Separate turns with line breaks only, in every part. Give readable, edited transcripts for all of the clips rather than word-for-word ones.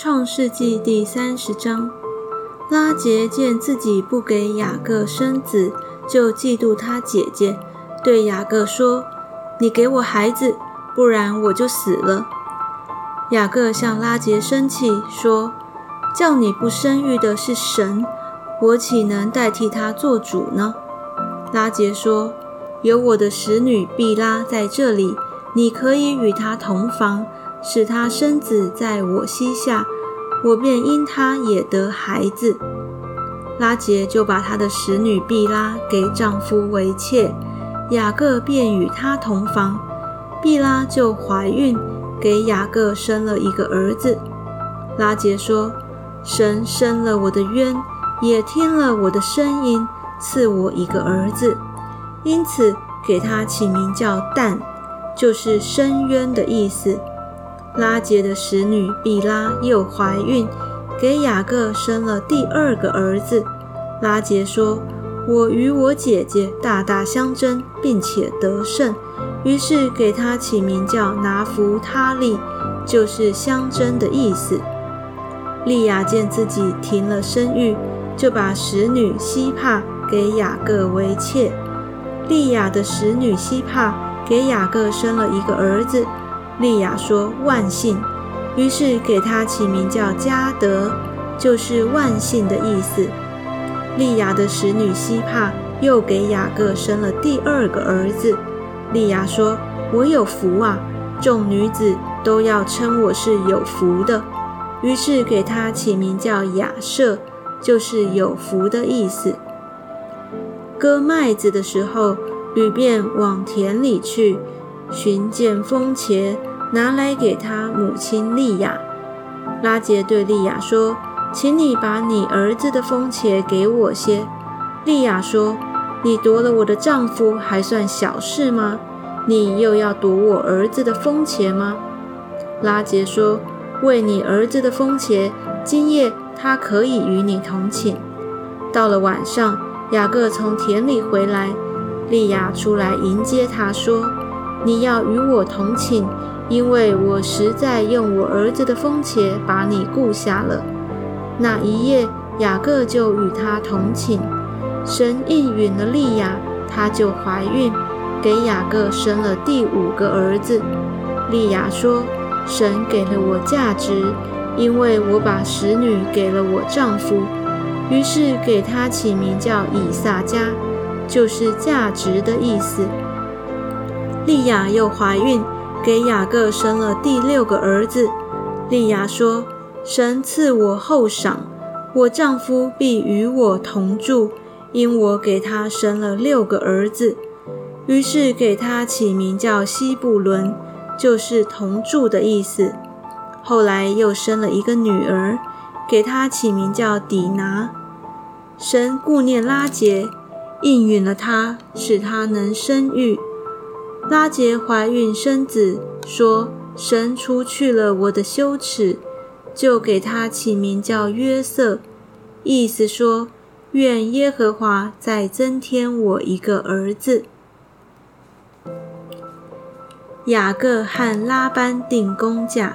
创世纪第30章，拉结见自己不给雅各生子，就嫉妒他姐姐，对雅各说：“你给我孩子，不然我就死了。”雅各向拉结生气，说：“叫你不生育的是神，我岂能代替他做主呢？”拉结说：“有我的使女毕拉在这里，你可以与她同房，使她生子在我膝下，我便因她也得孩子。”拉结就把她的使女毕拉给丈夫为妾，雅各便与她同房，毕拉就怀孕，给雅各生了一个儿子。拉结说：“神生了我的冤，也听了我的声音，赐我一个儿子，因此给他起名叫但，就是深渊的意思。”拉结的使女毕拉又怀孕，给雅各生了第2个儿子。拉结说：“我与我姐姐大大相争，并且得胜，于是给他起名叫拿弗他利，就是相争的意思。”利亚见自己停了生育，就把使女西帕给雅各为妾。利亚的使女西帕给雅各生了一个儿子，利亚说：“万幸。”于是给他起名叫迦得，就是万幸的意思。利亚的使女西帕又给雅各生了第2个儿子。利亚说：“我有福啊，众女子都要称我是有福的。”于是给他起名叫亚舍，就是有福的意思。割麦子的时候，吕便往田里去，寻见风茄，拿来给他母亲利亚。拉结对利亚说：“请你把你儿子的风茄给我些。”利亚说：“你夺了我的丈夫，还算小事吗？你又要夺我儿子的风茄吗？”拉结说：“为你儿子的风茄，今夜他可以与你同寝。”到了晚上，雅各从田里回来，利亚出来迎接他，说：“你要与我同寝，因为我实在用我儿子的风茄把你顾下了。”那一夜，雅各就与他同寝。神应允了利亚，她就怀孕，给雅各生了第5个儿子。利亚说：“神给了我价值，因为我把使女给了我丈夫。”于是给他起名叫以撒迦，就是价值的意思。利亚又怀孕，给雅各生了第6个儿子。利亚说：“神赐我后赏，我丈夫必与我同住，因我给他生了6个儿子。”于是给他起名叫西布伦，就是同住的意思。后来又生了一个女儿，给他起名叫底拿。神顾念拉结，应允了他，使他能生育。拉结怀孕生子，说：“神除去了我的羞耻。”就给他起名叫约瑟，意思说：“愿耶和华再增添我一个儿子。”雅各和拉班定工价。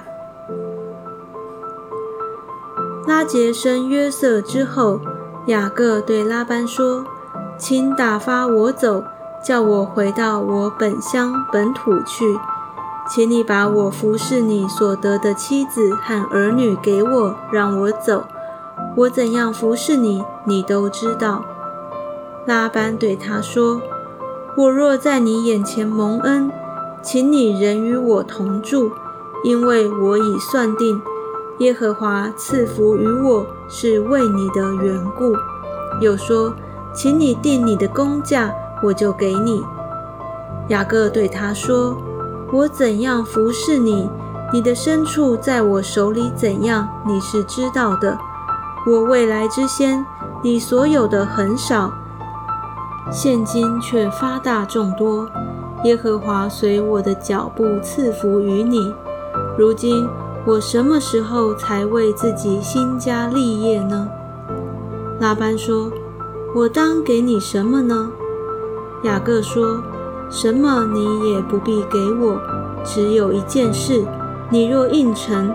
拉结生约瑟之后，雅各对拉班说：“请打发我走，叫我回到我本乡本土去。请你把我服侍你所得的妻子和儿女给我，让我走。我怎样服侍你，你都知道。”拉班对他说：“我若在你眼前蒙恩，请你仍与我同住，因为我已算定，耶和华赐福于我是为你的缘故。”又说：“请你定你的工价，我就给你。”雅各对他说：“我怎样服侍你，你的牲畜在我手里怎样，你是知道的。我未来之先，你所有的很少，现今却发大众多。耶和华随我的脚步赐福于你。如今我什么时候才为自己兴家立业呢？”拉班说：“我当给你什么呢？”雅各说：“什么你也不必给我，只有一件事，你若应承，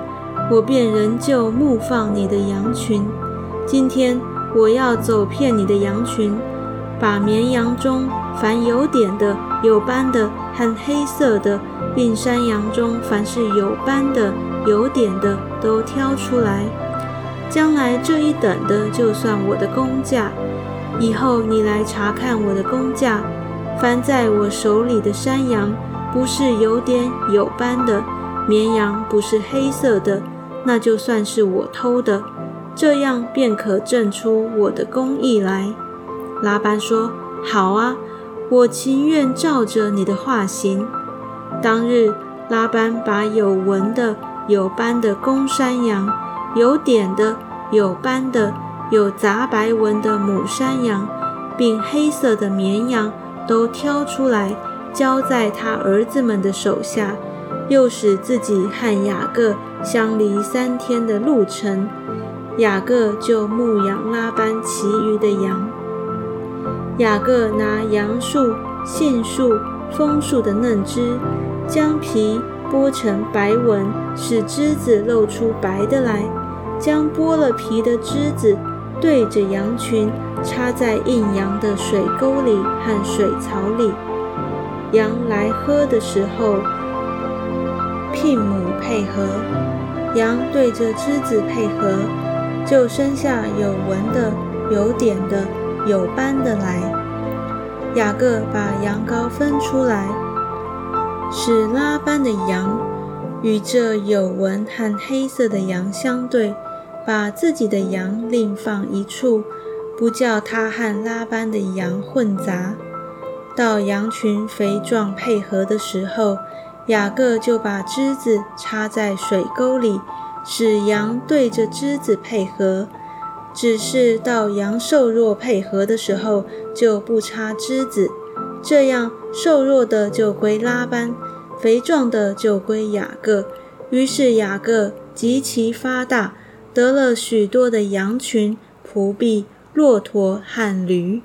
我便仍旧牧放你的羊群。今天我要走遍你的羊群，把绵羊中凡有点的、有斑的和黑色的，并山羊中凡是有斑的、有点的，都挑出来。将来这一等的，就算我的工价。以后你来查看我的工价，凡在我手里的山羊，不是有点有斑的，绵羊不是黑色的，那就算是我偷的，这样便可证出我的公义来。拉班说：好啊，我情愿照着你的话行。当日，拉班把有纹的、有斑的公山羊，有点的、有斑的、有杂白纹的母山羊，并黑色的绵羊，都挑出来，交在他儿子们的手下，又使自己和雅各相离3天的路程。雅各就牧养拉班其余的羊。雅各拿杨树、杏树、枫树的嫩枝，将皮剥成白纹，使枝子露出白的来，将剥了皮的枝子对着羊群，插在印羊的水沟里和水槽里。羊来喝的时候，牝母配合，羊对着枝子配合，就生下有纹的、有点的、有斑的来。雅各把羊羔分出来，使拉班的羊与这有纹和黑色的羊相对，把自己的羊另放一处，不叫他和拉班的羊混杂。到羊群肥壮配合的时候，雅各就把枝子插在水沟里，使羊对着枝子配合。只是到羊瘦弱配合的时候，就不插枝子，这样瘦弱的就归拉班，肥壮的就归雅各。于是雅各极其发大，得了许多的羊群、仆婢、骆驼和驴。